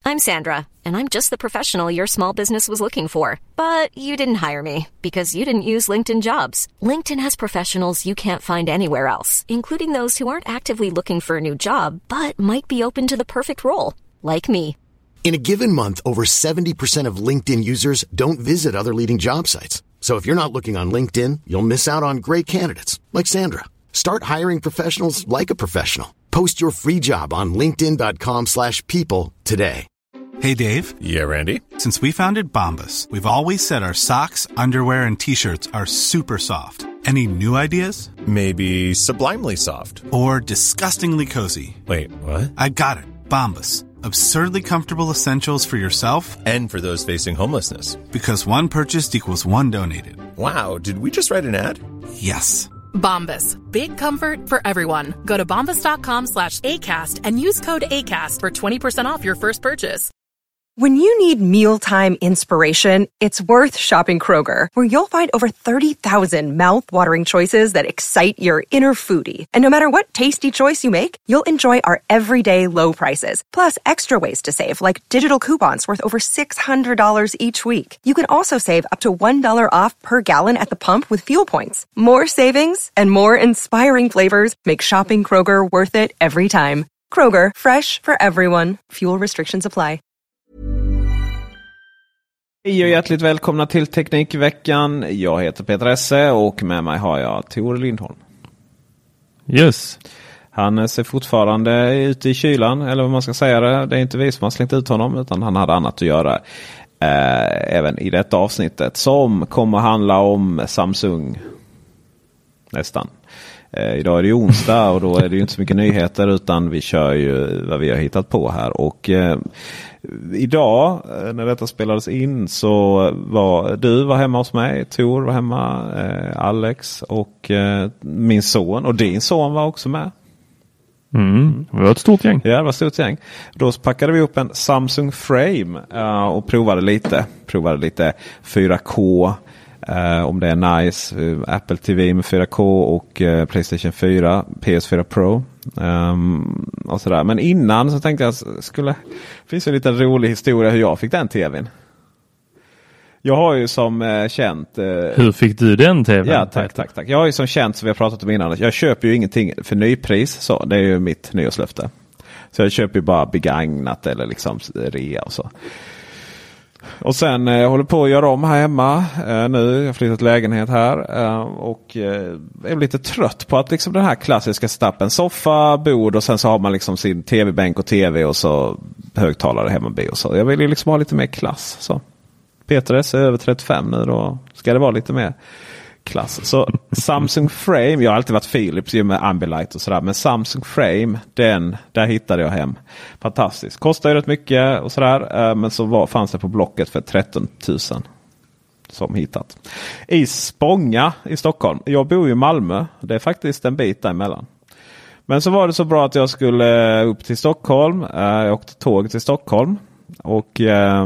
I'm Sandra, and I'm just the professional your small business was looking for. But you didn't hire me because you didn't use LinkedIn Jobs. LinkedIn has professionals you can't find anywhere else, including those who aren't actively looking for a new job, but might be open to the perfect role, like me. In a given month, over 70% of LinkedIn users don't visit other leading job sites. So if you're not looking on LinkedIn, you'll miss out on great candidates like Sandra. Start hiring professionals like a professional. Post your free job on linkedin.com/people today. Hey, Dave. Yeah, Randy. Since we founded Bombas, we've always said our socks, underwear, and T-shirts are super soft. Any new ideas? Maybe sublimely soft. Or disgustingly cozy. Wait, what? I got it. Bombas. Absurdly comfortable essentials for yourself and for those facing homelessness. Because one purchased equals one donated. Wow, did we just write an ad? Yes. Bombas. Big comfort for everyone. Go to bombas.com/ACAST and use code ACAST for 20% off your first purchase. When you need mealtime inspiration, it's worth shopping Kroger, where you'll find over 30,000 mouth-watering choices that excite your inner foodie. And no matter what tasty choice you make, you'll enjoy our everyday low prices, plus extra ways to save, like digital coupons worth over $600 each week. You can also save up to $1 off per gallon at the pump with fuel points. More savings and more inspiring flavors make shopping Kroger worth it every time. Kroger, fresh for everyone. Fuel restrictions apply. Hej och hjärtligt välkomna till Teknikveckan. Jag heter Peter Esse och med mig har jag Tor Lindholm. Yes. Han ser fortfarande ute i kylan, eller vad man ska säga det. Det är inte vi som har slängt ut honom, utan han hade annat att göra även i detta avsnittet. Som kommer handla om Samsung. Nästan. Idag är det onsdag och då är det ju inte så mycket nyheter, utan vi kör ju vad vi har hittat på här. Och idag när detta spelades in så var hemma hos mig, Tor var hemma, Alex och min son, och din son var också med. Det var ett stort gäng. Ja, det var ett stort gäng. Då packade vi upp en Samsung Frame och provade lite 4K. Om det är nice, Apple TV med 4K och PlayStation 4, PS4 Pro och sådär. Men innan så tänkte jag finns en liten rolig historia hur jag fick den TVn. Jag har ju som känt... Hur fick du den TVn? Ja, tack. Jag har ju som känt, som vi har pratat om innan, jag köper ju ingenting för nypris, så det är ju mitt nyårslöfte. Så jag köper ju bara begagnat eller liksom rea och så. Och sen jag håller på att göra om här hemma nu. Jag har flyttat lägenhet här och är lite trött på att liksom den här klassiska stappen, soffa, bord och sen så har man liksom sin tv-bänk och tv och så högtalare hemma och så. Jag vill ju liksom ha lite mer klass. Så Peter är över 35 nu, då ska det vara lite mer klass. Så Samsung Frame, jag har alltid varit Philips med Ambilight och sådär, men Samsung Frame, där hittade jag hem. Fantastiskt. Kostar ju rätt mycket och sådär, men så fanns det på Blocket för 13 000 som hittat. I Spånga i Stockholm. Jag bor ju i Malmö, det är faktiskt en bit däremellan. Men så var det så bra att jag skulle upp till Stockholm. Jag åkte tåg till Stockholm och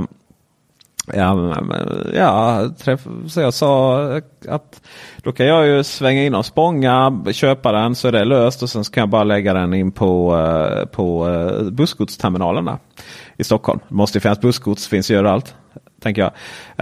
så jag sa att då kan jag ju svänga in och Spånga, köpa den så är det löst, och sen så kan jag bara lägga den in på bussgodsterminalerna i Stockholm. Det måste ju finnas bussgods, finns ju överallt, tänker jag.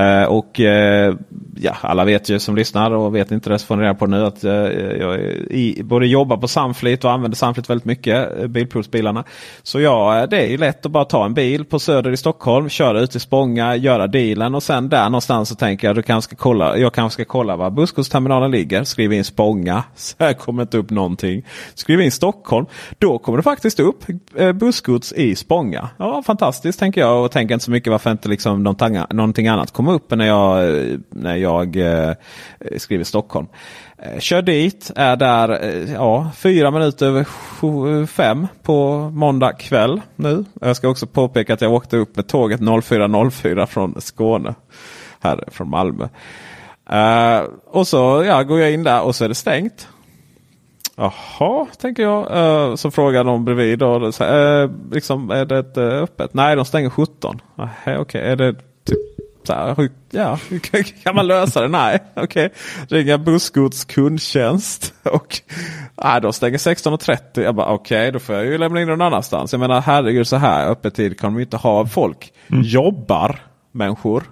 Alla vet ju som lyssnar och vet inte det, så får ni reda på nu att jag både jobbar på Samflit och använder Samflit väldigt mycket, bilprovsbilarna. Så det är ju lätt att bara ta en bil på Söder i Stockholm, köra ut till Spånga, göra dealen, och sen där någonstans så tänker jag jag kanske ska kolla var bussgodsterminalen ligger, skriv in Spånga, så här kommer inte upp någonting. Skriv in Stockholm, då kommer det faktiskt upp bussgods i Spånga. Ja, fantastiskt, tänker jag, och tänker inte så mycket varför inte liksom någonting annat kommer upp när jag skriver Stockholm. Kör dit, är där 4 minuter över 5 på måndag kväll nu. Jag ska också påpeka att jag åkte upp med tåget 04.04 från Skåne, här från Malmö. Och så går jag in där och så är det stängt. Jaha, tänker jag. Så frågar de bredvid då, är det öppet? Nej, de stänger 17. Okej, är det typ Så här, hur kan man lösa det? Nej, okej. Ringa bussgods kundtjänst och de stänger 16:30. Jag bara okej, då får jag ju lämna in någon annanstans. Jag menar, herregud, så här öppettid kan de inte ha. Folk jobbar, människor.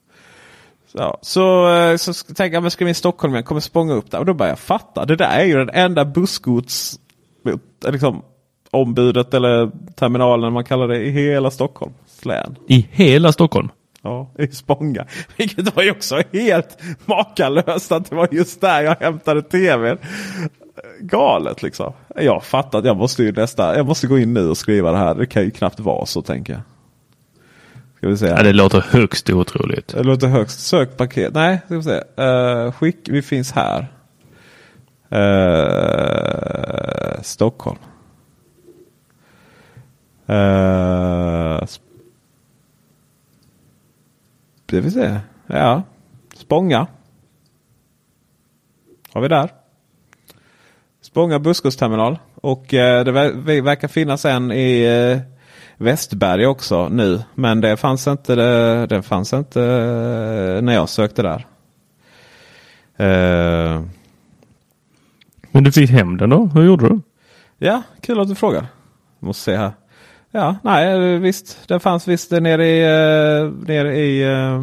Så tänker jag, men ska vi i Stockholm, jag kommer spånga upp där. Och då börjar jag fatta, det där är ju den enda bussgods liksom ombudet eller terminalen man kallar det i hela Stockholms län. I hela Stockholm? Ja, i Spånga. Vilket var ju också helt makalöst att det var just där jag hämtade tvn. Galet liksom. Jag fattar att jag måste gå in nu och skriva det här. Det kan ju knappt vara så, tänker jag. Ska vi se. Ja, det låter högst otroligt. Det låter högst. Sökpaket. Nej, ska vi se. Vi finns här. Stockholm. Det vill säga. Ja. Spånga. Har vi där. Spånga bussgodsterminal. Och det verkar finnas en i Västberg också nu. Men det fanns inte när jag sökte där. Men du fick hem den då? Hur gjorde du? Ja, kul att du frågar. Måste se här. Ja, nej, visst. Det fanns visst nere i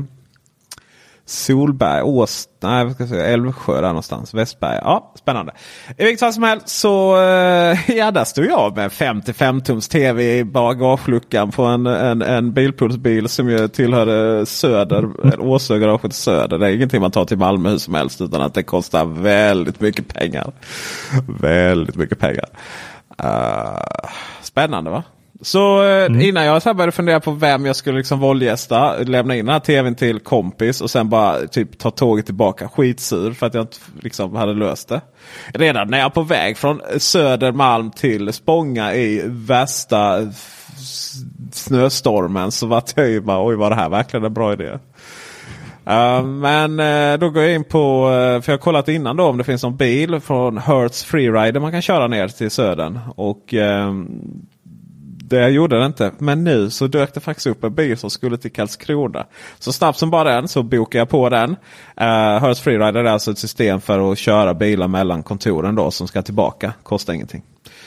Solberg, Älvsjö där någonstans. Västberg. Ja, spännande. I vilket fall som helst så där stod jag med 55-tums tv i bagageluckan på en bilprovsbil som ju tillhörde Söder, Åsögaraget Söder. Det är ingenting man tar till Malmö hur som helst, utan att det kostar väldigt mycket pengar. Väldigt mycket pengar. Spännande, va? Så innan jag började fundera på vem jag skulle liksom våldgästa, lämna in den här tvn till kompis och sen bara typ ta tåget tillbaka, skitsur för att jag inte liksom hade löst det. Redan när jag är på väg från Södermalm till Spånga i värsta snöstormen så var jag ju bara, oj, var det här verkligen en bra idé? Men då går jag in på, för jag har kollat innan då om det finns någon bil från Hertz Freerider man kan köra ner till Södern, och det gjorde det inte. Men nu så dök det faktiskt upp en bil som skulle till Karlskrona. Så snabbt som bara den så bokade jag på den. Hertz Freerider är alltså ett system för att köra bilar mellan kontoren då som ska tillbaka. Kostar ingenting.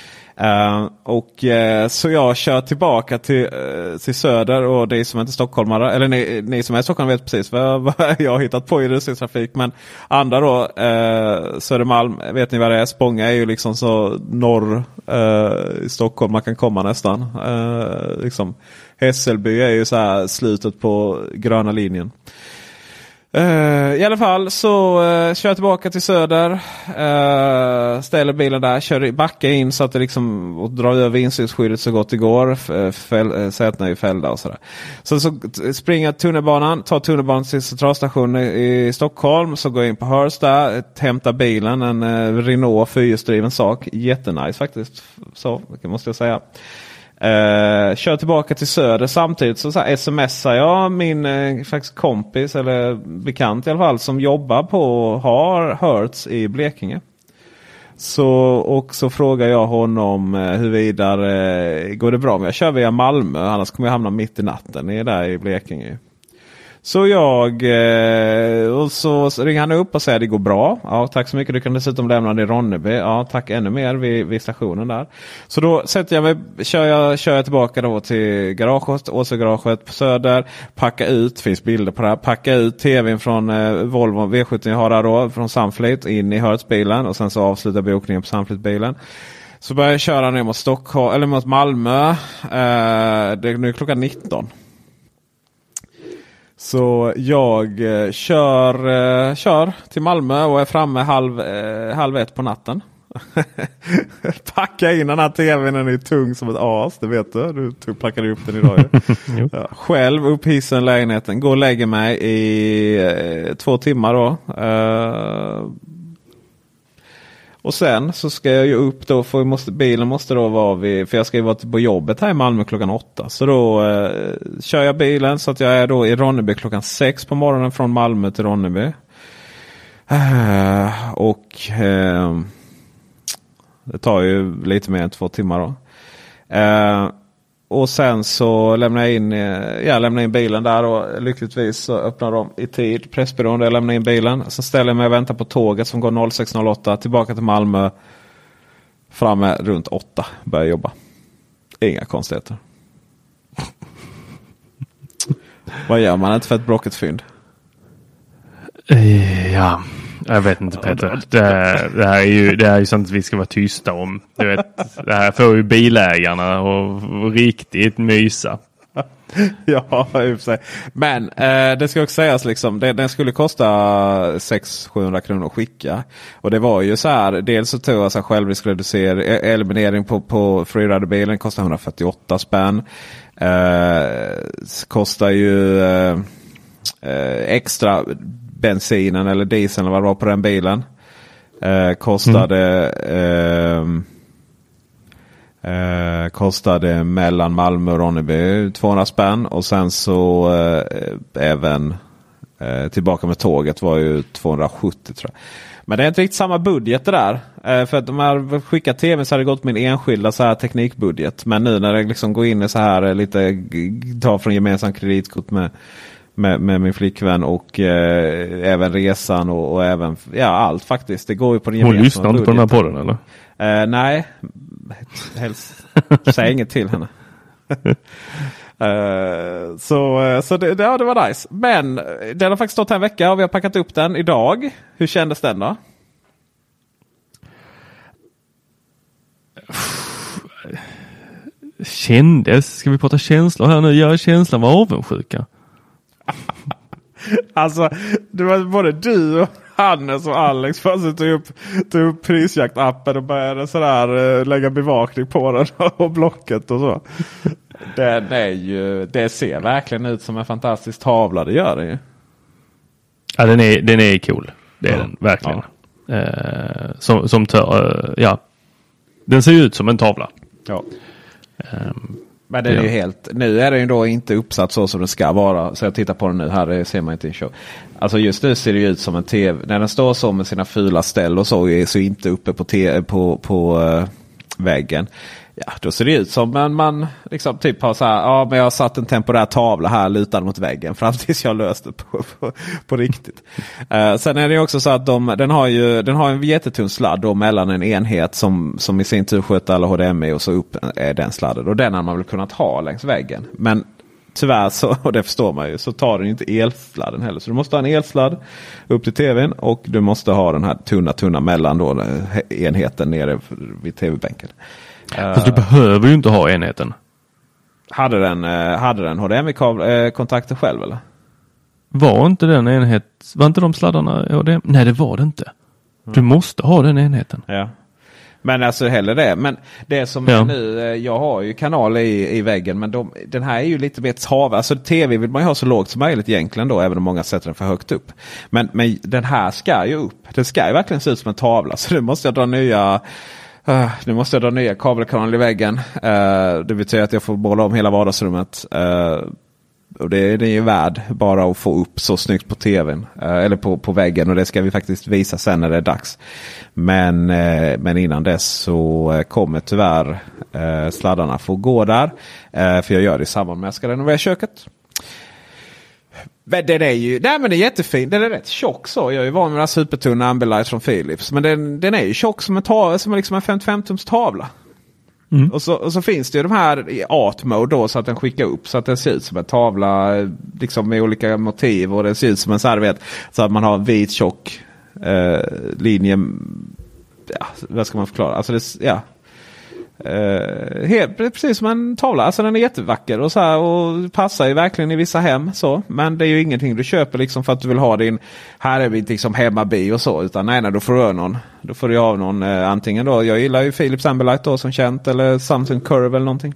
Så jag kör tillbaka till Söder, och det som inte är stockholmare, eller ni som är i Stockholm vet precis vad jag har hittat på i rusningstrafik, men andra då, Södermalm, vet ni vad det är? Spånga är ju liksom så norr i Stockholm man kan komma nästan. Liksom Hässelby är ju så här slutet på gröna linjen. I alla fall så kör jag tillbaka till Söder, ställer bilen där, backar in så att det liksom, och drar över insynsskyddet så gott det går, sätena är ju fällda och sådär. Så springer tunnelbanan, tar tunnelbanan till centralstationen i Stockholm, så går jag in på Hertz där, hämtar bilen, en Renault fyrhjulsdriven sak, jättenice faktiskt, så måste jag säga. Kör tillbaka till Söder samtidigt, så smsar jag min faktiskt kompis eller bekant i alla fall som jobbar har Hertz i Blekinge. Så frågar jag honom huruvida går det bra om jag kör via Malmö, annars kommer jag hamna mitt i natten där i Blekinge. Så och så ringer han upp och säger att det går bra. Ja, tack så mycket. Du kan dessutom lämna det i Ronneby. Ja, tack ännu mer vid stationen där. Så då kör jag tillbaka då till garaget, Åsögaraget på Söder. Packa ut, finns bilder på det här. Packa ut tvn från Volvo V70 jag har där då, från Sunfleet in i Hertz-bilen. Och sen så avslutar bokningen på Sunfleet-bilen. Så börjar jag köra ner mot Stockholm, eller mot Malmö. Det är nu klockan 19. Så jag kör till Malmö och är framme halv ett på natten. Packa in den här tvn, den är tung som ett as, det vet du. Du packade upp den idag. Ja, själv upp hissen lägenheten. Går och lägger mig i 2 timmar då. Och sen så ska jag ju upp då, för bilen måste då vara för jag ska ju vara på jobbet här i Malmö klockan 8. Så då kör jag bilen så att jag är då i Ronneby klockan 6 på morgonen från Malmö till Ronneby. Det tar ju lite mer än 2 timmar då. Och sen så lämnade jag in bilen där och lyckligtvis så öppnade de i tid Pressbyrån där jag lämnade in bilen. Så ställer jag mig och väntar på tåget som går 06.08 tillbaka till Malmö. Framme runt 8 börjar jobba. Inga konstigheter. Vad gör man inte för ett Blocket-fynd? Ja, jag vet inte Peter. Det här är ju sånt vi ska vara tysta om. Du vet, det här får ju bilägarna och riktigt mysa. Ja, i och för sig. Men det ska också sägas liksom, den skulle kosta 600-700 kronor att skicka. Och det var ju så här, dels så tog jag så här självriskreducering, eliminering på freerider-bilen kostar 148 spänn. Kostar ju extra bensinen eller dieseln eller vad det var på den bilen. Kostade mellan Malmö och Ronneby 200 spänn. Och sen så även tillbaka med tåget var ju 270 tror jag. Men det är inte riktigt samma budget det där. För att de har skickat tv så hade det gått min enskilda så här teknikbudget. Men nu när det liksom går in i så här lite ta från gemensam kreditkort med min flickvän och även resan och även allt faktiskt. Det går ju på den gemensamma budgeten. Hon lyssnar inte på den här podden eller? Nej, helst säg inget till henne. Så det var nice. Men den har faktiskt stått här en vecka och vi har packat upp den idag. Hur kändes den då? Ska vi prata känslor här nu? Jag känslan var avundsjuka. Alltså, det var både du och Hannes och Alex fast tog upp prisjaktappen och började sådär lägga bevakning på den och Blocket och så. Det ser verkligen ut som en fantastisk tavla, det gör det ju. Ja, den är cool. Det är den, verkligen. Ja. Den ser ut som en tavla. Ja. Men det är ju helt, nu är den ju då inte uppsatt så som det ska vara. Så jag tittar på den nu här, ser man inte i show. Alltså just nu ser det ju ut som en tv. När den står så med sina fula ställ och så inte uppe på väggen. Ja, då ser det ut som man liksom typ har så här, men jag har satt en temporär tavla här lutad mot väggen fram tills jag löst det på riktigt. Sen är det ju också så att den har en jättetunn sladd då mellan en enhet som i sin tur sköter alla HDMI och så upp är den sladden. Och den har man väl kunnat ha längs väggen. Men tyvärr så, och det förstår man ju, så tar den inte elsladden heller. Så du måste ha en elsladd upp till tvn och du måste ha den här tunna mellan då enheten nere vid tv-bänken. Fast du behöver ju inte ha enheten. Hade den HDMI-kontakter själv eller? Var inte de sladdarna HDMI? Nej, det var det inte. Du måste ha den enheten. Ja. Men alltså heller det. Men det som är nu, jag har ju kanal i väggen, men den här är ju lite mer tavla. Alltså tv vill man ju ha så lågt som möjligt egentligen då, även om många sätter den för högt upp. Men den här ska ju upp. Den ska ju verkligen se ut som en tavla. Så nu måste jag dra nya kabelkanaler i väggen. Det betyder att jag får måla om hela vardagsrummet. Och det är ju värd bara att få upp så snyggt på tvn. Eller på väggen. Och det ska vi faktiskt visa sen när det är dags. Men innan dess så kommer tyvärr sladdarna få gå där. För jag gör det i samband med att jag ska renovera köket. Den är ju, nej men det är jättefin. Den är rätt tjock så. Jag är ju van med den här supertunna Ambilight från Philips. Men den är ju tjock som som liksom en 55-tums tavla. Mm. Och så finns det ju de här i art mode då, så att den skickar upp så att den ser ut som en tavla liksom med olika motiv. Och den ser ut som en servet. Så att man har en vit tjock linje. Ja, vad ska man förklara? Alltså precis som en tavla. Alltså den är jättevacker och så här, och passar ju verkligen i vissa hem så. Men det är ju ingenting du köper liksom för att du vill ha din, här är vi inte liksom hemmabi och så, utan nej, då får du ha någon. Då får du ha någon antingen då, jag gillar ju Philips Ambilight då som känt, eller Samsung Curve eller någonting.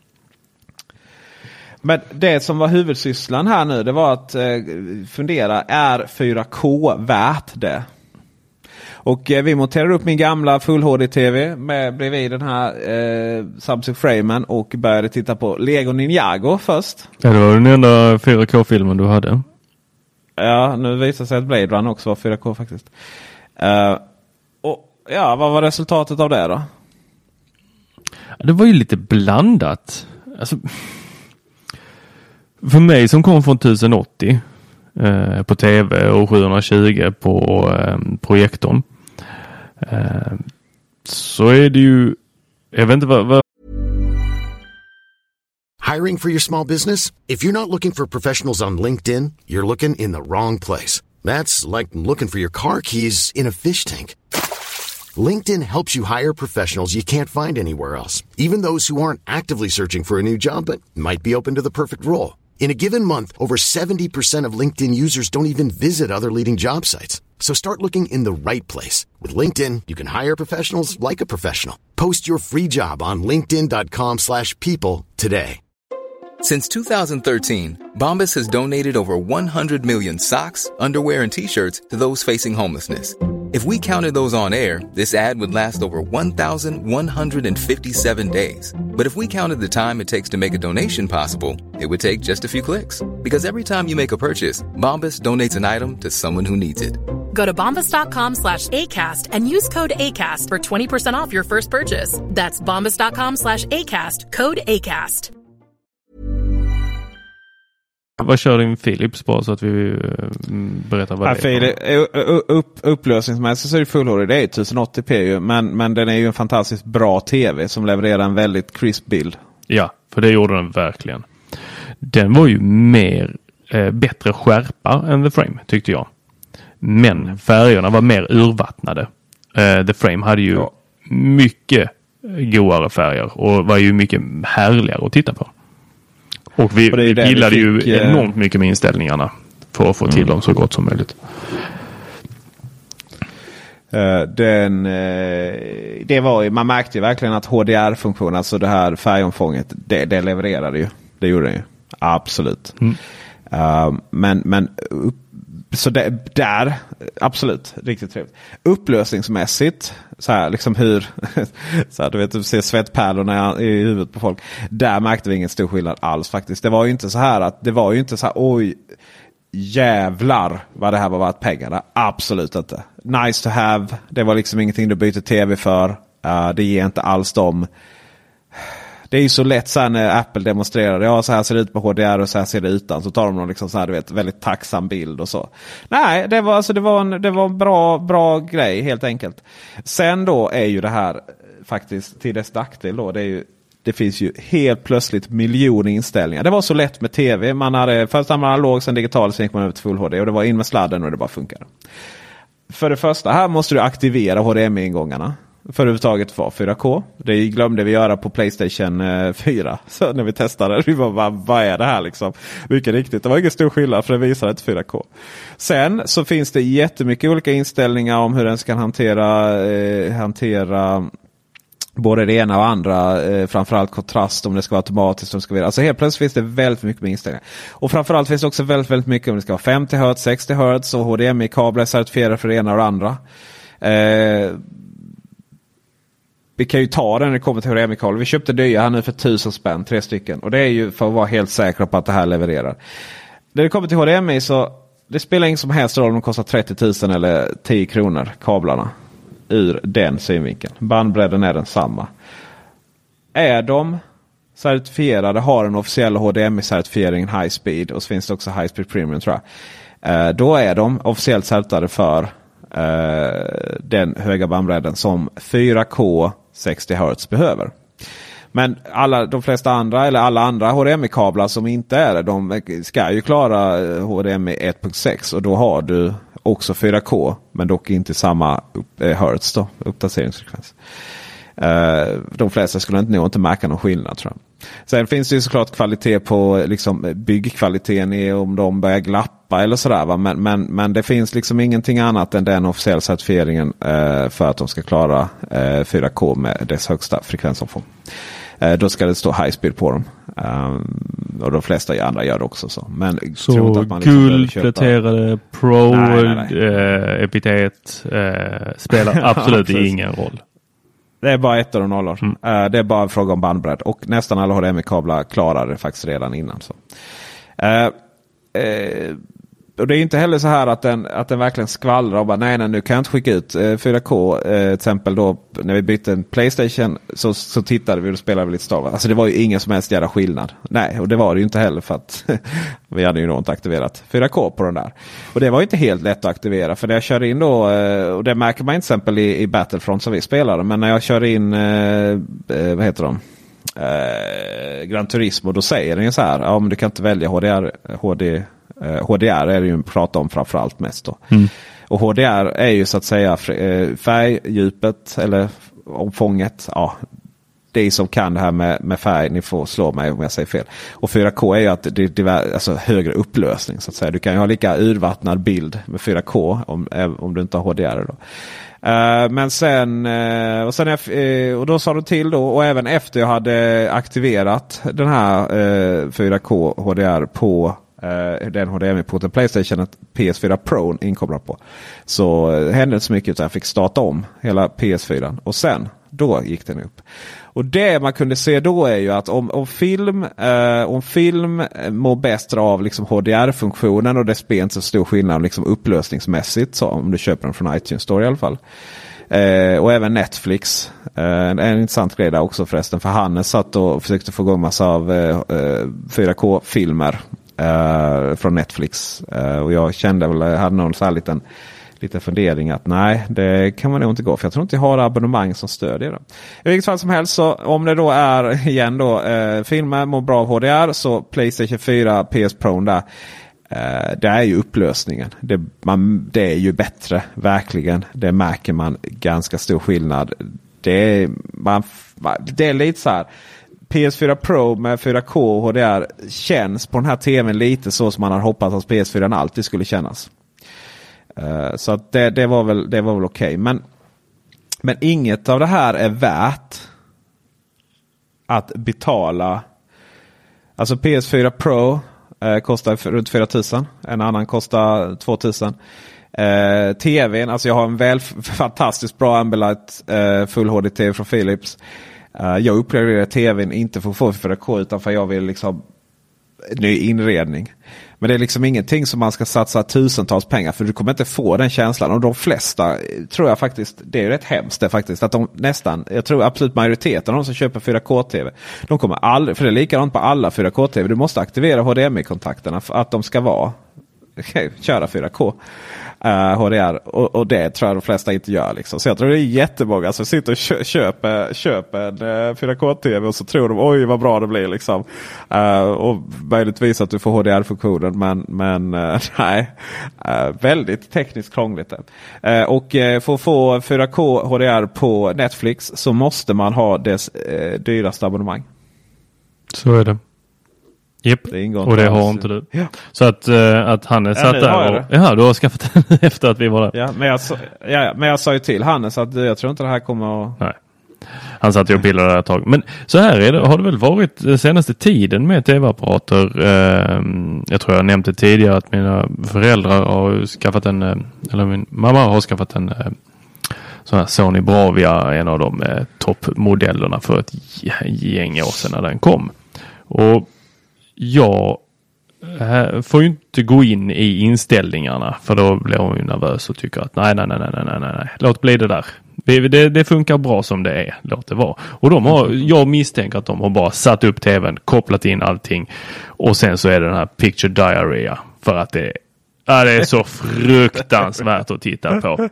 Men det som var huvudsysslan här nu, det var att fundera, är 4K värt det? Och vi monterade upp min gamla Full HD-TV bredvid den här Samsung Framen och började titta på Lego Ninjago först. Ja, det var den enda 4K-filmen du hade. Ja, nu visar sig att Blade Runner också var 4K faktiskt. Och ja, vad var resultatet av det då? Det var ju lite blandat. Alltså, för mig som kom från 1080 på tv och 720 på projektorn, så är det ju, jag vet inte vad. Hiring for your small business? If you're not looking for professionals on LinkedIn, you're looking in the wrong place. That's like looking for your car keys in a fish tank. LinkedIn helps you hire professionals you can't find anywhere else, even those who aren't actively searching for a new job but might be open to the perfect role. In a given month, over 70% of LinkedIn users don't even visit other leading job sites. So start looking in the right place. With LinkedIn, you can hire professionals like a professional. Post your free job on linkedin.com/people today. Since 2013, Bombas has donated over 100 million socks, underwear, and T-shirts to those facing homelessness. If we counted those on air, this ad would last over 1,157 days. But if we counted the time it takes to make a donation possible, it would take just a few clicks. Because every time you make a purchase, Bombas donates an item to someone who needs it. Go to bombas.com/ACAST and use code ACAST for 20% off your first purchase. That's bombas.com/ACAST, code ACAST. Vad kör din Philips på så att vi berättar vad det är? Upplösningsmässigt så är det Full HD, det är 1080p ju, men den är ju en fantastiskt bra tv som levererar en väldigt crisp bild. Ja, för det gjorde den verkligen. Den var ju bättre skärpa än The Frame, tyckte jag. Men färgerna var mer urvattnade. The Frame hade ju mycket godare färger och var ju mycket härligare att titta på. Och vi gillade ju enormt mycket med inställningarna för att få till dem så gott som möjligt. Det var ju, man märkte ju verkligen att HDR-funktionen, alltså det här färgomfånget, det levererade ju. Det gjorde den ju. Absolut. Men så där absolut riktigt trevligt. Upplösningsmässigt så här liksom hur så här, du vet, du ser svettpärlorna i huvudet på folk. Där märkte vi ingen stor skillnad alls faktiskt. Det var ju inte så här att det var ju inte så här oj jävlar vad det här var värt pengarna. Absolut inte. Nice to have. Det var liksom ingenting du byter tv för. Det ger inte alls dem. Det är ju så lätt så här när Apple demonstrerar. Ja, så här ser det ut på HDR och så här ser det utan. Så tar de någon liksom så här, du vet, väldigt tacksam bild och så. Nej, det var en bra grej helt enkelt. Sen då är ju det här faktiskt till dess dagstil då. Det finns ju helt plötsligt miljoner inställningar. Det var så lätt med tv. Man hade först analog, sen digital, sen gick man över till Full HD. Och det var in med sladden och det bara funkade. För det första, här måste du aktivera HDMI-ingångarna. För överhuvudtaget var 4K. Det glömde vi göra på PlayStation 4. Så när vi testade, vi bara, vad är det här liksom? Mycket riktigt, det var ingen stor skillnad för det visade inte 4K. Sen så finns det jättemycket olika inställningar om hur den ska hantera både det ena och andra. Framförallt kontrast, om det ska vara automatiskt. Alltså helt plötsligt finns det väldigt mycket med inställningar. Och framförallt finns det också väldigt, väldigt mycket om det ska vara 50 Hz, 60 Hz och HDMI-kablar certifierade för det ena och det andra. Vi kan ju ta den när det kommer till HDMI-kablar. Vi köpte nya här nu för 1000 spänn, 3 stycken. Och det är ju för att vara helt säkra på att det här levererar. När det kommer till HDMI så det spelar ingen som helst roll om de kostar 30 000 eller 10 kronor, kablarna. Ur den synvinkeln. Bandbredden är densamma. Är de certifierade, har en officiell HDMI-certifiering High Speed och så finns det också High Speed Premium tror jag. Då är de officiellt certifierade för den höga bandbredden som 4K 60 Hz behöver. Men de flesta andra eller alla andra HDMI-kablar som inte är det, de ska ju klara HDMI 1.6 och då har du också 4K men dock inte samma Hz då, uppdateringsfrekvens. De flesta skulle inte märka någon skillnad tror jag. Sen finns det ju såklart kvalitet på liksom byggkvaliteten i om de börjar glappa eller sådär va? Men det finns liksom ingenting annat än den officiella certifieringen för att de ska klara 4K med dess högsta frekvensomfång. Då ska det stå high speed på dem. Och de flesta andra gör det också så. Men så tror inte att man liksom guldpläterade Pro epitet spelar absolut ingen roll. Det är bara 1 och 0. Det är bara en fråga om bandbredd. Och nästan alla HDMI-kablar klarar det faktiskt redan innan. Så. Och det är inte heller så här att den verkligen skvallrar och bara nej nu kan jag inte skicka ut 4K. Till exempel då när vi bytte en PlayStation så tittade vi och spelade lite Star Wars. Alltså det var ju ingen som helst jävla skillnad. Nej, och det var det ju inte heller för att vi hade ju nog inte aktiverat 4K på den där. Och det var ju inte helt lätt att aktivera för när jag kör in då, och det märker man till exempel i Battlefront som vi spelade, men när jag kör in vad heter de? Gran Turismo, då säger den ju så här, ja men du kan inte välja HDR är det ju prata om framförallt mest då. Och HDR är ju så att säga färgdjupet eller omfånget, ja det som kan det här med färg, ni får slå mig om jag säger fel. Och 4K är ju att det är alltså högre upplösning så att säga. Du kan ju ha lika urvattnad bild med 4K om du inte har HDR då. Men sen och då sa du till då, och även efter jag hade aktiverat den här 4K HDR på den HDMI-porten PlayStation att PS4 Pro inkopplad på, så hände det så mycket att jag fick starta om hela PS4 och sen då gick den upp. Och det man kunde se då är ju att om film mår bäst av liksom HDR-funktionen, och det spelar inte så stor skillnad liksom upplösningsmässigt, så om du köper den från iTunes Store i alla fall. Och även Netflix. En intressant grej där också förresten, för Hannes satt och försökte få igång massa av 4K-filmer från Netflix. Och jag kände väl, jag hade någon så här lite fundering att nej, det kan man nog inte gå, för jag tror inte jag har abonnemang som stödjer det. I vilket fall som helst, så om det då är igen då filmer mår bra av HDR, så PlayStation 4 PS Pro där, det är ju upplösningen. Det är ju bättre, verkligen. Det märker man ganska stor skillnad. Det är lite så här, PS4 Pro med 4K HDR känns på den här tvn lite så som man har hoppats att PS4 alltid skulle kännas. Så att det var väl okej. Men inget av det här är värt att betala. Alltså PS4 Pro kostar runt 4 000. En annan kostar 2 000. TVn, alltså jag har en fantastiskt bra Ambilight Full HD-TV från Philips. Jag uppgraderar TVn inte för att få 4K utan för jag vill liksom ny inredning. Men det är liksom ingenting som man ska satsa tusentals pengar, för du kommer inte få den känslan. Och de flesta tror jag faktiskt, det är ju rätt hemskt det faktiskt, att jag tror absolut majoriteten av de som köper 4K-TV, de kommer aldrig, för det är likadant på alla 4K-TV, du måste aktivera HDMI-kontakterna för att de ska köra 4K. HDR, och det tror jag de flesta inte gör liksom. Så jag tror det är jättemånga som sitter och köper en 4K-TV och så tror de oj vad bra det blir liksom. Och möjligtvis att du får HDR-funktionen, men nej, väldigt tekniskt krångligt. Och för att få 4K HDR på Netflix så måste man ha dess dyraste abonnemang. Så är det. Yep. Och det har inte du. Ja. Så att Hannes satt där och... Ja, du har skaffat den efter att vi var där. Ja, men jag sa ju till Hannes att jag tror inte det här kommer att... Nej. Han satt ju och pillade där ett tag. Men så här är det, har det väl varit den senaste tiden med tv-apparater. Jag tror jag nämnde tidigare att mina föräldrar har skaffat eller min mamma har skaffat en sån här Sony Bravia, en av de toppmodellerna för ett gäng år sedan när den kom. Och jag får ju inte gå in i inställningarna, för då blir hon ju nervös och tycker att nej, låt bli det där. Det funkar bra som det är, låt det vara. Och jag misstänker att de har bara satt upp tvn, kopplat in allting och sen så är det den här picture diarrhea, för att det är så fruktansvärt att titta på.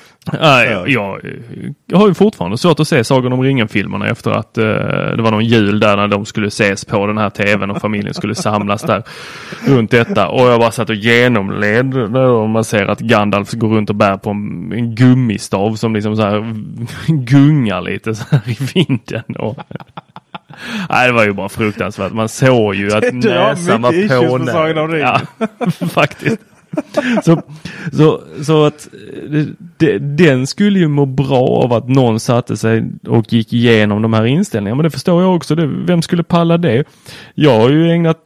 Jag har ju fortfarande svårt att se Sagan om ringen-filmerna efter att det var någon jul där när de skulle ses på den här tvn och familjen skulle samlas där runt detta, och jag bara satt och genomled och man ser att Gandalf går runt och bär på en gummistav som liksom så här gungar lite så här i vinden och nej, det var ju bara fruktansvärt. Man såg ju att näsan var på Sagan om ringen. Ja, faktiskt. Så att den skulle ju må bra av att någon satte sig och gick igenom de här inställningarna. Men det förstår jag också. Vem skulle palla det? Jag har ju ägnat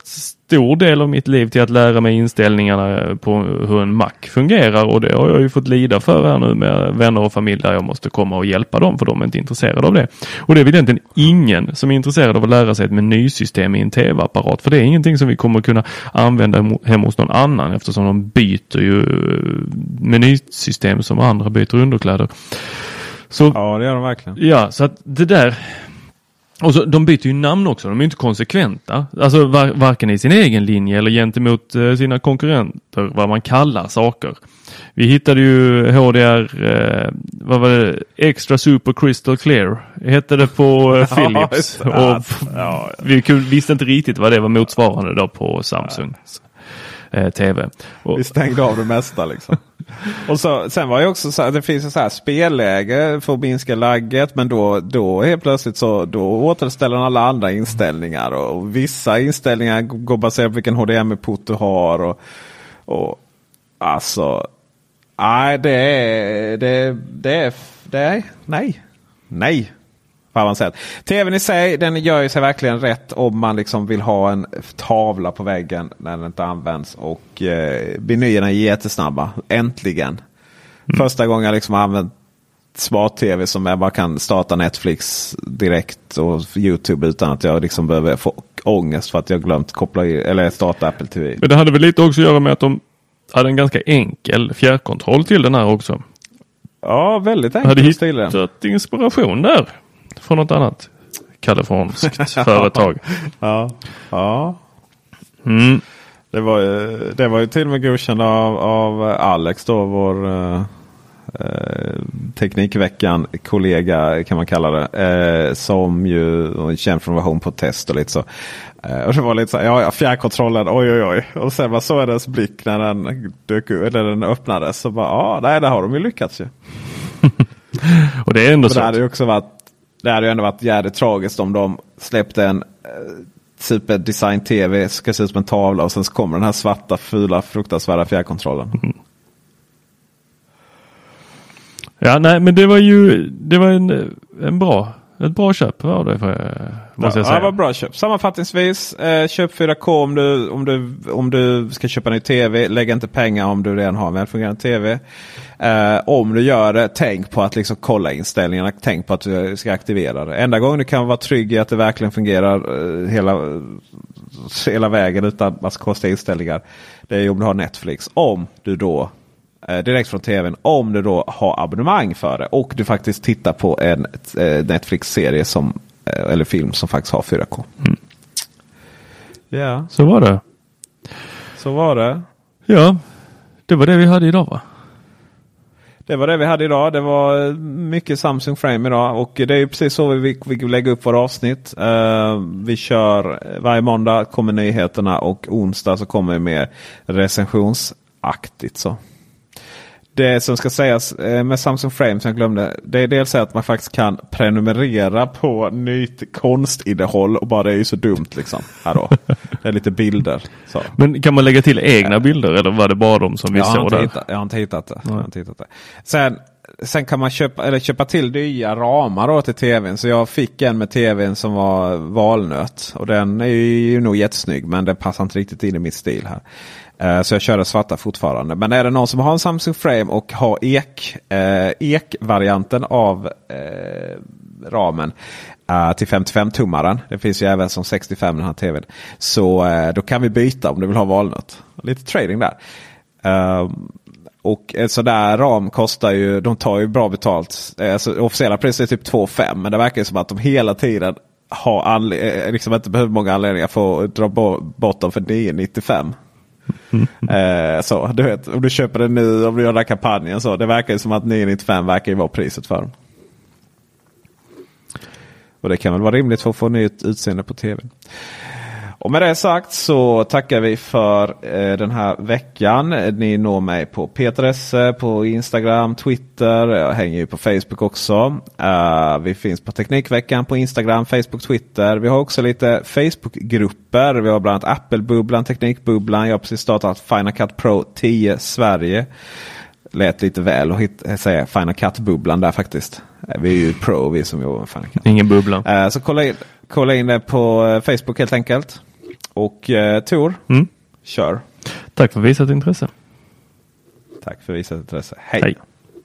stor del av mitt liv till att lära mig inställningarna på hur en Mac fungerar, och det har jag ju fått lida för här nu med vänner och familj där jag måste komma och hjälpa dem för de är inte intresserade av det. Och det är väl egentligen ingen som är intresserad av att lära sig ett menysystem i en tv-apparat, för det är ingenting som vi kommer kunna använda hemma hos någon annan eftersom de byter ju menysystem som andra byter underkläder. Så, ja, det gör de verkligen. Ja, så att det där... Och så, de byter ju namn också, de är inte konsekventa. Alltså varken i sin egen linje eller gentemot sina konkurrenter, vad man kallar saker. Vi hittade ju HDR, vad var det? Extra Super Crystal Clear hette det på Philips. Och vi visste inte riktigt vad det var motsvarande då på Samsungs TV. Vi stängde av det mesta liksom. Och så, sen var det också så här, det finns så här spelläge för att minska lagget, men då helt plötsligt så då återställer alla andra inställningar, och vissa inställningar går baserat på vilken HDMI-port du har, och alltså nej, det är nej. TVn i sig, den gör ju sig verkligen rätt om man liksom vill ha en tavla på väggen när den inte används, och menyerna är jättesnabba. Äntligen. Första gången jag liksom använt smart-tv som jag bara kan starta Netflix direkt och YouTube utan att jag liksom behöver få ångest för att jag glömt koppla i, eller starta Apple TV. Men det hade väl lite också att göra med att de hade en ganska enkel fjärrkontroll till den här också. Ja, väldigt enkelt. Hade hittat inspiration där från något annat kaliforniskt företag. Ja. Mm. Det var ju till och med godkänd av Alex då, vår Teknikveckan kollega kan man kalla det, som ju känd från Home på test och lite så. Och det var lite så här, fjärrkontrollen, oj. Och sen var så hennes blick när den öppnades, så bara, nej, där har de ju lyckats ju. Och det är ändå så. Det hade ju ändå varit jävligt tragiskt om de släppte en superdesign tv, ska se ut som en tavla, och sen så kommer den här svarta, fula, fruktansvärda fjärrkontrollen. Mm. Ja, nej, men det var ett bra köp var det, måste jag säga. Ja, det var bra köp. Sammanfattningsvis, köp 4K om du ska köpa en ny tv. Lägg inte pengar om du redan har en välfungerande tv. Om du gör det, tänk på att liksom kolla inställningarna. Tänk på att du ska aktivera det. Enda gången du kan vara trygg i att det verkligen fungerar hela vägen utan massa konstiga inställningar, det är om du har Netflix. Om du då direkt från tvn, om du då har abonnemang för det och du faktiskt tittar på en Netflix-serie eller film som faktiskt har 4K. Mm. Ja. Så var det. Ja, det var det vi hade idag, va? Det var det vi hade idag. Det var mycket Samsung Frame idag. Och det är ju precis så vi lägger upp våra avsnitt. Vi kör varje måndag kommer nyheterna, och onsdag så kommer vi med recensionsaktigt så. Det som ska sägas med Samsung Frame som jag glömde, det är dels att man faktiskt kan prenumerera på nytt konstinnehåll, och bara det är ju så dumt liksom. Här då. Det är lite bilder. Så. Men kan man lägga till egna bilder, eller var det bara de som vi såg där? Jag har inte hittat det. Sen kan man köpa till nya ramar då till tvn. Så jag fick en med tvn som var valnöt, och den är ju nog jättesnygg, men den passar inte riktigt in i mitt stil här. Så jag kör svarta fortfarande. Men är det någon som har en Samsung Frame och har ek-varianten av ramen till 55-tummaren. Det finns ju även som 65 den här tvn. Så då kan vi byta om du vill ha valnöt. Lite trading där. Och en sån där ram kostar ju, de tar ju bra betalt. Alltså, officiella priset är typ 2,5, men det verkar ju som att de hela tiden har liksom inte behöver många anledningar för att dra bort dem för 9,95. Så du vet, om du köper det nu, om du gör den här kampanjen, så det verkar ju som att 9,95 verkar ju vara priset för dem. Och det kan väl vara rimligt för att få nytt utseende på tv. Och med det sagt så tackar vi för den här veckan. Ni når mig på Peter Esse på Instagram, Twitter. Jag hänger ju på Facebook också. Vi finns på Teknikveckan på Instagram, Facebook, Twitter. Vi har också lite Facebookgrupper. Vi har bland annat Apple-bubblan, Teknikbubblan. Jag har precis startat Final Cut Pro 10 Sverige. Lät lite väl att säga Final Cut-bubblan där faktiskt. Vi är ju pro, vi som jobbar med Final Cut. Ingen bubblan. Så kolla in det på Facebook helt enkelt. Och Tor, kör. Tack för visat intresse. Tack för visat intresse. Hej. Hej.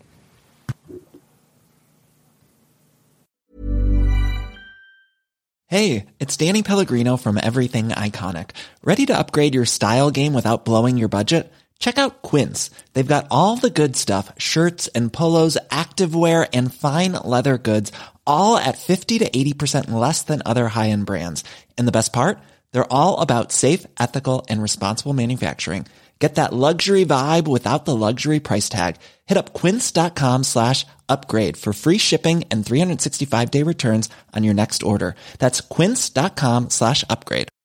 Hey, it's Danny Pellegrino from Everything Iconic. Ready to upgrade your style game without blowing your budget? Check out Quince. They've got all the good stuff, shirts and polos, activewear, and fine leather goods, all at 50 to 80% less than other high-end brands. And the best part? They're all about safe, ethical, and responsible manufacturing. Get that luxury vibe without the luxury price tag. Hit up quince.com/upgrade for free shipping and 365-day returns on your next order. That's quince.com/upgrade.